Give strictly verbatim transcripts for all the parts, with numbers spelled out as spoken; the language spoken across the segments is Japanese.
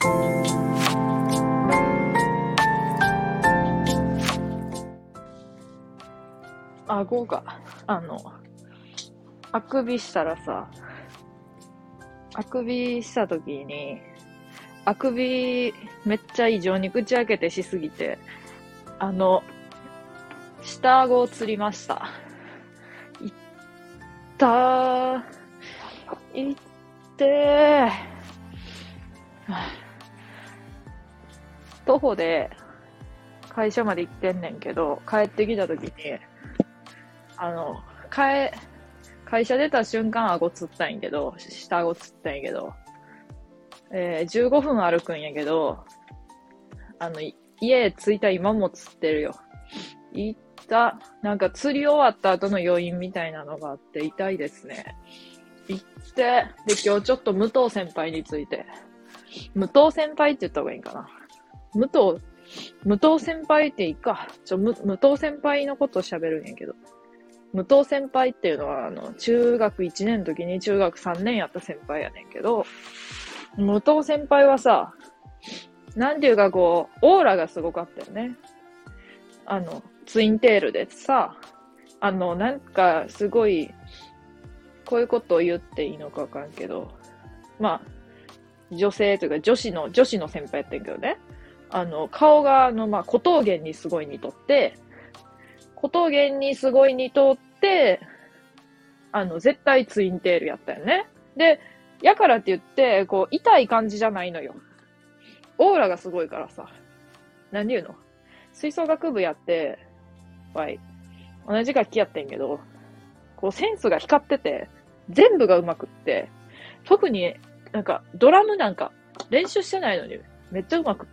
顎が、あの、あくびしたらさ、あくびしたときに、あくびめっちゃ異常に口開けてしすぎて、あの、下顎をつりました。いったー。いってー。徒歩で会社まで行ってんねんけど、帰ってきたときに、あの、帰、会社出た瞬間顎つったんやけど、下顎つったんやけど、えー、じゅうごふん歩くんやけど、あの、家着いた今もつってるよ。痛っ。なんか釣り終わった後の余韻みたいなのがあって痛いですね。いって。で、今日ちょっと武藤先輩について。武藤先輩って言った方がいいんかな。武藤、武藤先輩っていいか。ちょ、武藤先輩のこと喋るんやけど。武藤先輩っていうのは、あの、中学いちねんの時に中学さんねんやった先輩やねんけど、武藤先輩はさ、なんていうかこう、オーラがすごかったよね。あの、ツインテールでさ、あの、なんかすごい、こういうことを言っていいのかわからんけど、まあ、女性というか女子の、女子の先輩やったんやけどね。あの、顔が、あの、まあ、小峠にすごい似とって、小峠にすごい似とって、あの、絶対ツインテールやったよね。で、やからって言って、こう、痛い感じじゃないのよ。オーラがすごいからさ。何言うの？吹奏楽部やって、はい。同じ楽器やってんけど、こう、センスが光ってて、全部が上手くって、特になんか、ドラムなんか、練習してないのに、めっちゃ上手くって。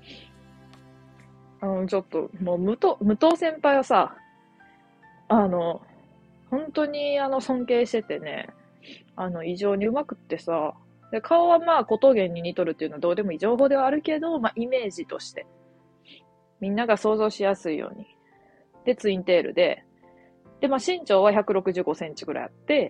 あの、ちょっと、もう、無藤、無藤先輩はさ、あの、本当に、あの、尊敬しててね、あの、異常に上手くってさ、で、顔はまあ、小峠に似とるっていうのはどうでもいい情報ではあるけど、まあ、イメージとして、みんなが想像しやすいように。で、ツインテールで、で、まあ、身長はひゃくろくじゅうごセンチぐらいあって、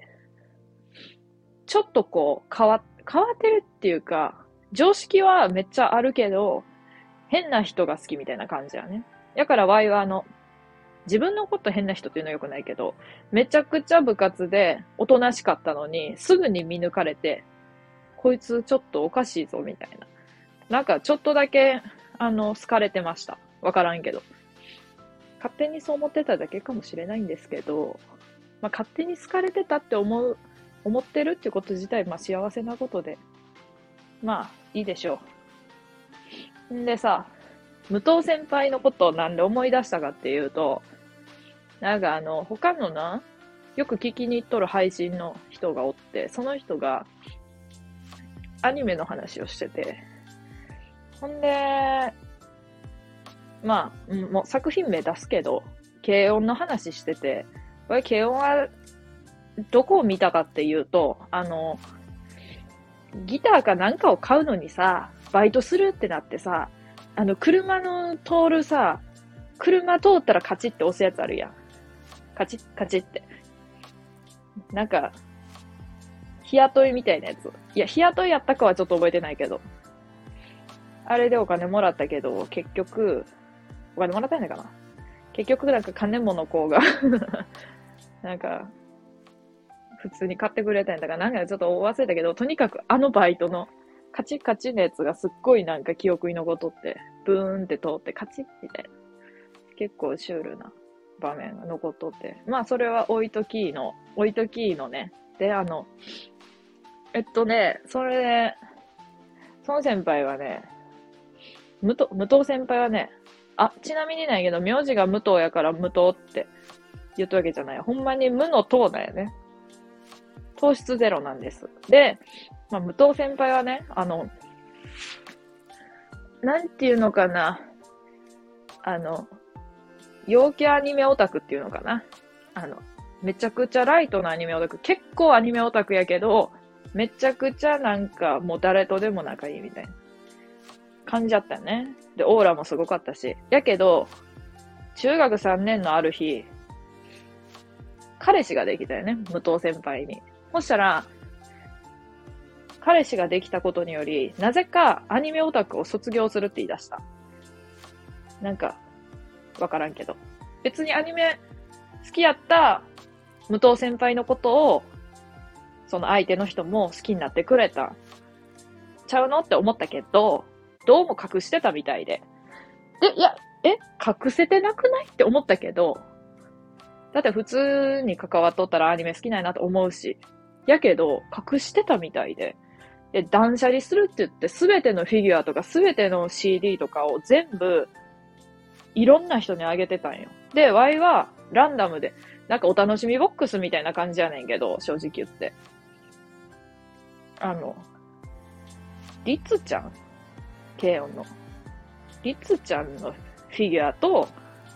ちょっとこう、変わ、変わってるっていうか、常識はめっちゃあるけど、変な人が好きみたいな感じやね。だからワイはあの、自分のこと変な人っていうのは良くないけど、めちゃくちゃ部活でおとなしかったのに、すぐに見抜かれて、こいつちょっとおかしいぞみたいな。なんかちょっとだけ、あの、好かれてました。わからんけど。勝手にそう思ってただけかもしれないんですけど、まあ、勝手に好かれてたって思う、思ってるっていうこと自体、まあ幸せなことで、まあいいでしょう。んでさ、武藤先輩のことをなんで思い出したかっていうと、なんかあの、他のな、よく聞きに行っとる配信の人がおって、その人がアニメの話をしてて、ほんで、まあ、もう作品名出すけど、軽音の話してて、これ軽音はどこを見たかっていうと、あの、ギターかなんかを買うのにさ、バイトするってなってさ、あの、車の通るさ、車通ったらカチッって押すやつあるやん。カチッ、カチッって。なんか、日雇いみたいなやつ。いや、日雇いやったかはちょっと覚えてないけど。あれでお金もらったけど、結局、お金もらったんやないかな。結局なんか金もの子が、なんか、普通に買ってくれたんだから、なんかちょっと忘れたけど、とにかくあのバイトのカチッカチのやつがすっごいなんか記憶に残っとって、ブーンって通ってカチッみたいな。結構シュールな場面が残っとって。まあそれは置いときの、置いときのね。で、あの、えっとね、それで、その先輩はね、武藤、武藤先輩はね、あ、ちなみにないけど、名字が武藤やから武藤って言ったわけじゃない。ほんまに無の糖だよね。糖質ゼロなんです。で、まあ、武藤先輩はね、あの、なんていうのかな。あの、陽キャアニメオタクっていうのかな。あの、めちゃくちゃライトなアニメオタク。結構アニメオタクやけど、めちゃくちゃなんかもう誰とでも仲いいみたいな感じだったよね。で、オーラもすごかったし。やけど、中学さんねんのある日、彼氏ができたよね。武藤先輩に。そしたら、 彼氏ができたことにより、なぜかアニメオタクを卒業するって言い出した。なんか、わからんけど。別にアニメ好きやった武藤先輩のことを、その相手の人も好きになってくれた。ちゃうのって思ったけど、どうも隠してたみたいで。で、いや、え、隠せてなくないって思ったけど、だって普通に関わっとったらアニメ好きなんやなと思うし。やけど、隠してたみたいで。で、断捨離するって言って、すべてのフィギュアとかすべての シーディー とかを全部、いろんな人にあげてたんよ。で、ワイはランダムで、なんかお楽しみボックスみたいな感じやねんけど、正直言って。あの、リツちゃんケーオンの。リツちゃんのフィギュアと、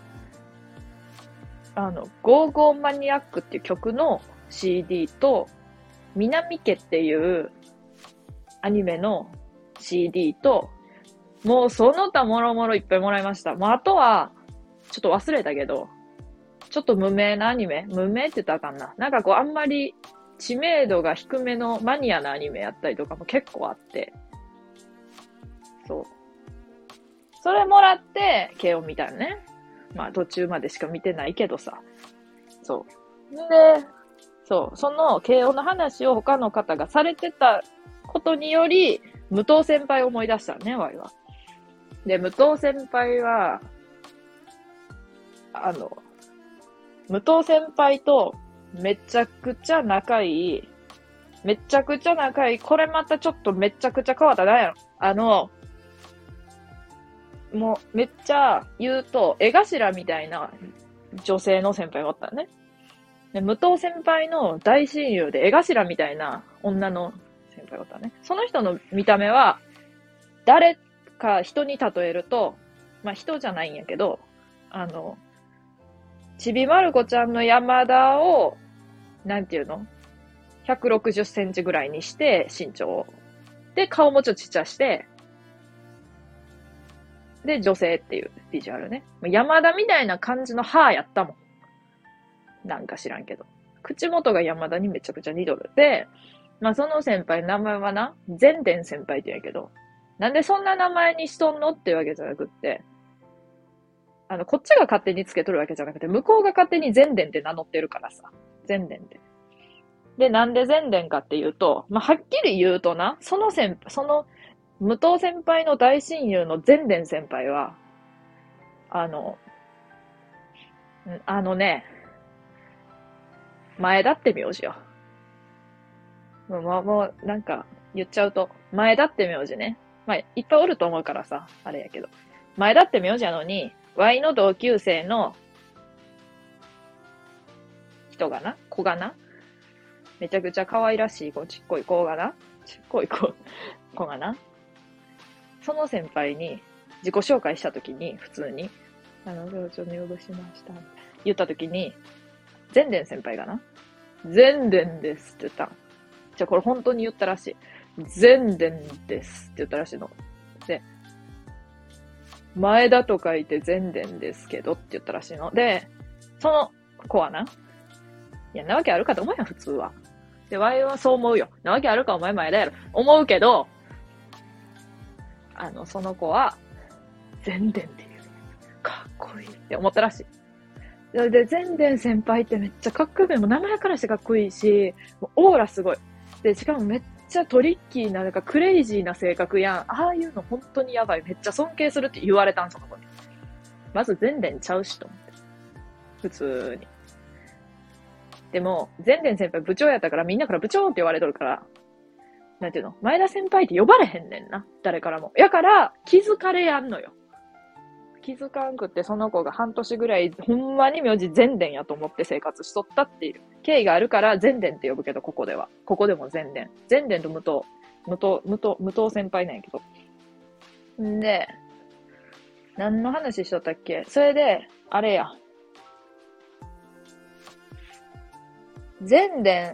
あの、ゴーゴーマニアックっていう曲の シーディー と、南家っていうアニメの シーディー と、もうその他もろもろいっぱいもらいました。もうあとは、ちょっと忘れたけど、ちょっと無名なアニメ無名って言ったらあかんな。なんかこうあんまり知名度が低めのマニアなアニメやったりとかも結構あって。そう。それもらって、ケーオン見たよね。まあ途中までしか見てないけどさ。そう。で、そう。そのケーオンの話を他の方がされてたことにより、武藤先輩を思い出したね、ワイは。で、武藤先輩は、あの、武藤先輩とめちゃくちゃ仲いい、めちゃくちゃ仲いい、これまたちょっとめちゃくちゃ変わったなやろ。あの、もうめっちゃ言うと、絵頭みたいな女性の先輩がおったね。で、武藤先輩の大親友で絵頭みたいな女の先輩がおったね。その人の見た目は、誰か人に例えると、まあ人じゃないんやけど、あの、ちびまる子ちゃんの山田を、なんていうの ?ひゃくろくじゅっセンチぐらいにして、身長を。で、顔もちょっとちっちゃして、で、女性っていうビジュアルね。山田みたいな感じの歯やったもん。なんか知らんけど。口元が山田にめちゃくちゃ似とる。で、まあその先輩の名前はな、全伝先輩って言うんやけど、なんでそんな名前にしとんのっていうわけじゃなくって、あの、こっちが勝手につけとるわけじゃなくて、向こうが勝手に全伝って名乗ってるからさ。全伝って。で、なんで全伝かっていうと、まあ、はっきり言うとな、その先輩、その、武藤先輩の大親友の全伝先輩は、あの、あのね、前田って名字よ。もう、もう、もうなんか、言っちゃうと、前田って名字ね。まあ、いっぱいおると思うからさ、あれやけど。前田って名字やのに、Y の同級生の人がな、子がな、めちゃくちゃ可愛らしい子、ちっこい子がな、ちっこい子、子がな、その先輩に自己紹介したときに、普通に、あの、ちょっと入部しました。言ったときに、全伝先輩がな、全伝ですって言ったん。じゃあこれ本当に言ったらしい。全伝ですって言ったらしいの。で、前田と書いて全伝ですけどって言ったらしいの。で、その子はな、いや、なわけあるかと思うやん、普通は。で、ワイはそう思うよ。なわけあるかお前前田やろ。思うけど、あの、その子は、全伝っていう。かっこいいって思ったらしい。で、全伝先輩ってめっちゃかっこよい。もう名前からしてかっこいいし、もうオーラすごい。で、しかもめっちゃトリッキーな、なんかクレイジーな性格やん。ああいうの本当にやばい。めっちゃ尊敬するって言われたん、その子に。まず全伝ちゃうしと思って。普通に。でも、全伝先輩部長やったからみんなから部長って言われとるから、なんていうの前田先輩って呼ばれへんねんな。誰からも。やから、気づかれやんのよ。気づかんくってその子が半年ぐらい、ほんまに名字全伝やと思って生活しとったっていう経緯があるから全伝って呼ぶけど、ここでは。ここでも全伝。全伝と武藤、武藤、武藤、武藤先輩なんやけど。んで、何の話しとったっけ？それで、あれや。全伝、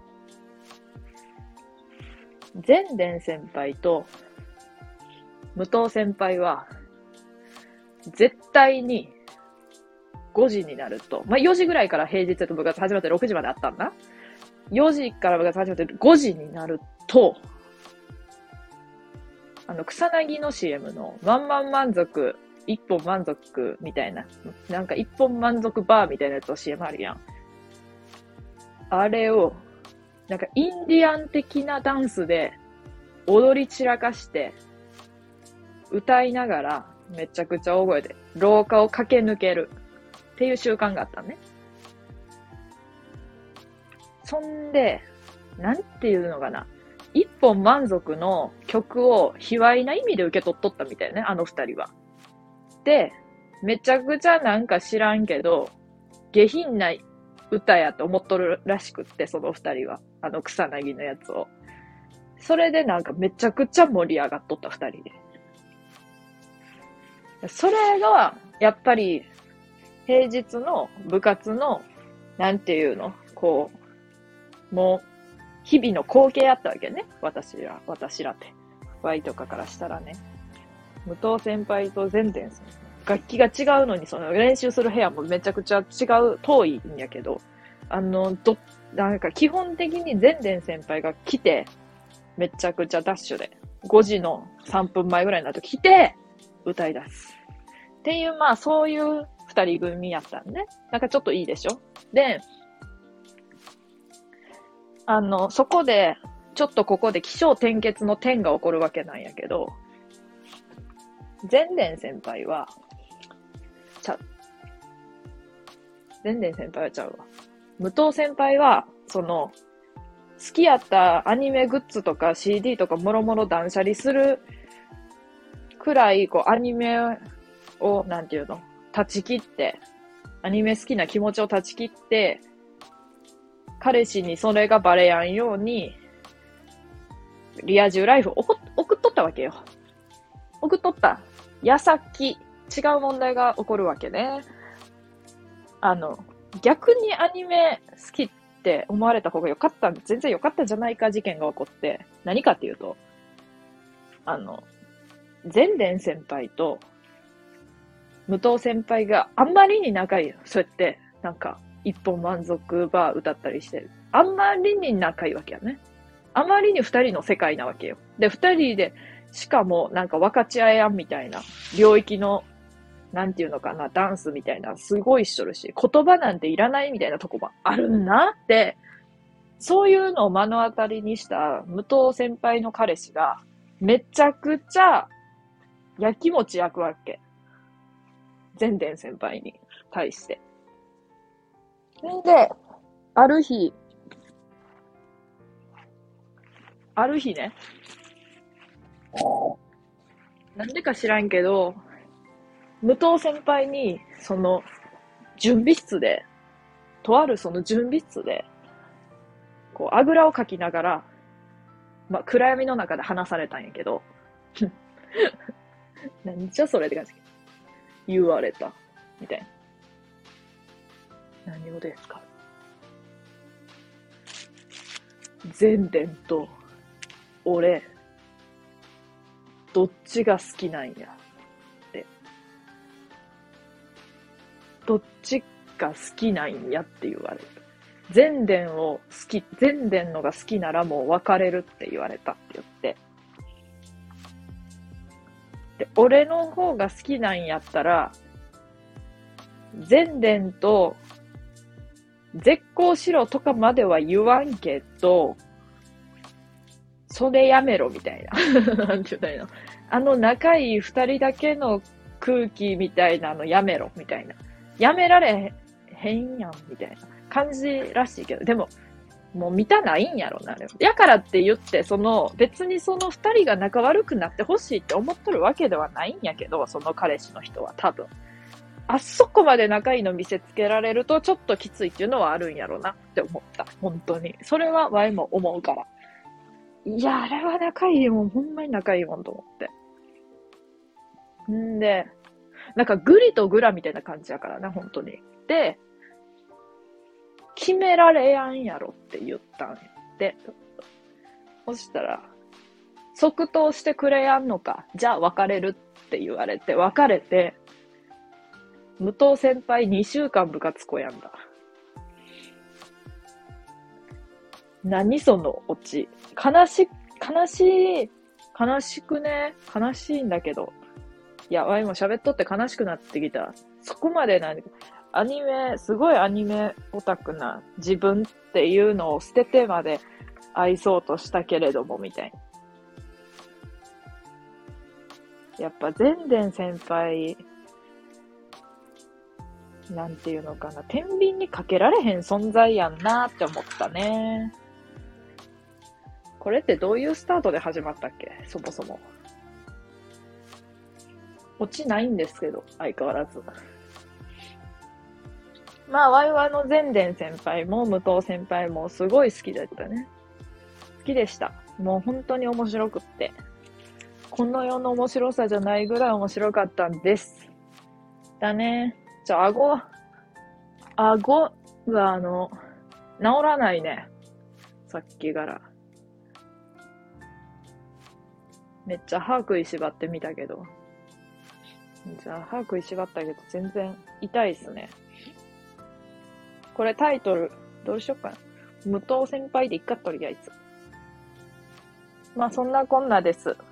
全伝先輩と武藤先輩は、絶対にごじになると、まあ、よじぐらいから平日と部活始まってろくじまであったんだ。よじから部活始まってごじになると、 あの、草薙の シーエム のワンマン満足、一本満足みたいな、なんか一本満足バーみたいなやつの シーエム あるやん。あれを、なんかインディアン的なダンスで踊り散らかして、歌いながらめちゃくちゃ大声で廊下を駆け抜けるっていう習慣があったね。そんで、なんていうのかな。一本満足の曲を卑猥な意味で受け取っとったみたいね、あの二人は。で、めちゃくちゃなんか知らんけど、下品な歌やと思っとるらしくって、その二人は。あの草薙のやつを。それでなんかめちゃくちゃ盛り上がっとった二人で。それが、やっぱり、平日の部活の、なんていうのこう、もう、日々の光景やったわけね。私ら、私らって。ワイとかからしたらね。武藤先輩と全然、楽器が違うのに、その練習する部屋もめちゃくちゃ違う、遠いんやけど、あの、ど、なんか基本的に全然先輩が来て、めちゃくちゃダッシュで、ごじのさんぷんまえぐらいになると来て、歌い出す。っていう、まあそういう二人組やったんね。なんかちょっといいでしょ？で、あの、そこで、ちょっとここで起承転結の点が起こるわけなんやけど、全然先輩は、ちゃう。全然先輩はちゃうわ。武藤先輩は、その、好きやったアニメグッズとか シーディー とかもろもろ断捨離するくらい、こう、アニメを、なんていうの、断ち切って、アニメ好きな気持ちを断ち切って、彼氏にそれがバレやんように、リア充ライフを送っとったわけよ。送っとった。矢先、違う問題が起こるわけね。あの、逆にアニメ好きって思われた方が良かった、全然良かったんじゃないか事件が起こって、何かっていうと、あの、全伝先輩と武藤先輩があんまりに仲いいよ。そうやって、なんか、一本満足バー歌ったりしてる。あんまりに仲いいわけやね。あまりに二人の世界なわけよ。で、二人で、しかもなんか分かち合えやんみたいな領域の、なんていうのかな、ダンスみたいな、すごいしとるし、言葉なんていらないみたいなとこもあるんなって、そういうのを目の当たりにした武藤先輩の彼氏が、めちゃくちゃ、やきもち焼くわけ。全伝先輩に対して。んで、ある日、ある日ね、なんでか知らんけど、武藤先輩に、その、準備室で、とあるその準備室で、こう、あぐらをかきながら、まあ、暗闇の中で話されたんやけど、何じゃそれって感じ。言われた。みたいな。何をですか？全伝と、俺、どっちが好きなんや。って。どっちが好きなんやって言われる。全伝を好き、全伝のが好きならもう別れるって言われたって言って。で、俺の方が好きなんやったら、全伝と絶交しろとかまでは言わんけど、それやめろみたいな。なんて言うたらいいの。あの仲いい二人だけの空気みたいなのやめろみたいな。やめられへんやんみたいな感じらしいけど、でも、もう見たないんやろな。やからって言って、その、別にその二人が仲悪くなってほしいって思っとるわけではないんやけど、その彼氏の人は多分。あそこまで仲いいの見せつけられるとちょっときついっていうのはあるんやろなって思った。本当に。それはワイも思うから。いや、あれは仲いいもん。ほんまに仲いいもんと思って。んで、なんかグリとグラみたいな感じやからな、本当に。で、決められやんやろって言ったんやって。そしたら、即答してくれやんのか。じゃあ別れるって言われて、別れて、武藤先輩にしゅうかん部活こやんだ。何そのオチ。悲し、悲しい悲しくね、悲しいんだけど。いや、わいも喋っとって悲しくなってきた。そこまでなんアニメ、すごいアニメオタクな自分っていうのを捨ててまで愛そうとしたけれども、みたいな。やっぱ全然先輩、なんていうのかな、天秤にかけられへん存在やんなって思ったね。これってどういうスタートで始まったっけ、そもそも。落ちないんですけど、相変わらず。まあ、ワイワの全伝先輩も武藤先輩もすごい好きだったね。好きでした。もう本当に面白くって。この世の面白さじゃないぐらい面白かったんです。だね。じゃあ、顎、顎があの、治らないね。さっきから。めっちゃ歯食いしばってみたけど。じゃあ、歯食いしばったけど全然痛いっすね。これタイトル、どうしよっかな。武藤先輩でいっか、とりあえず。まあそんなこんなです。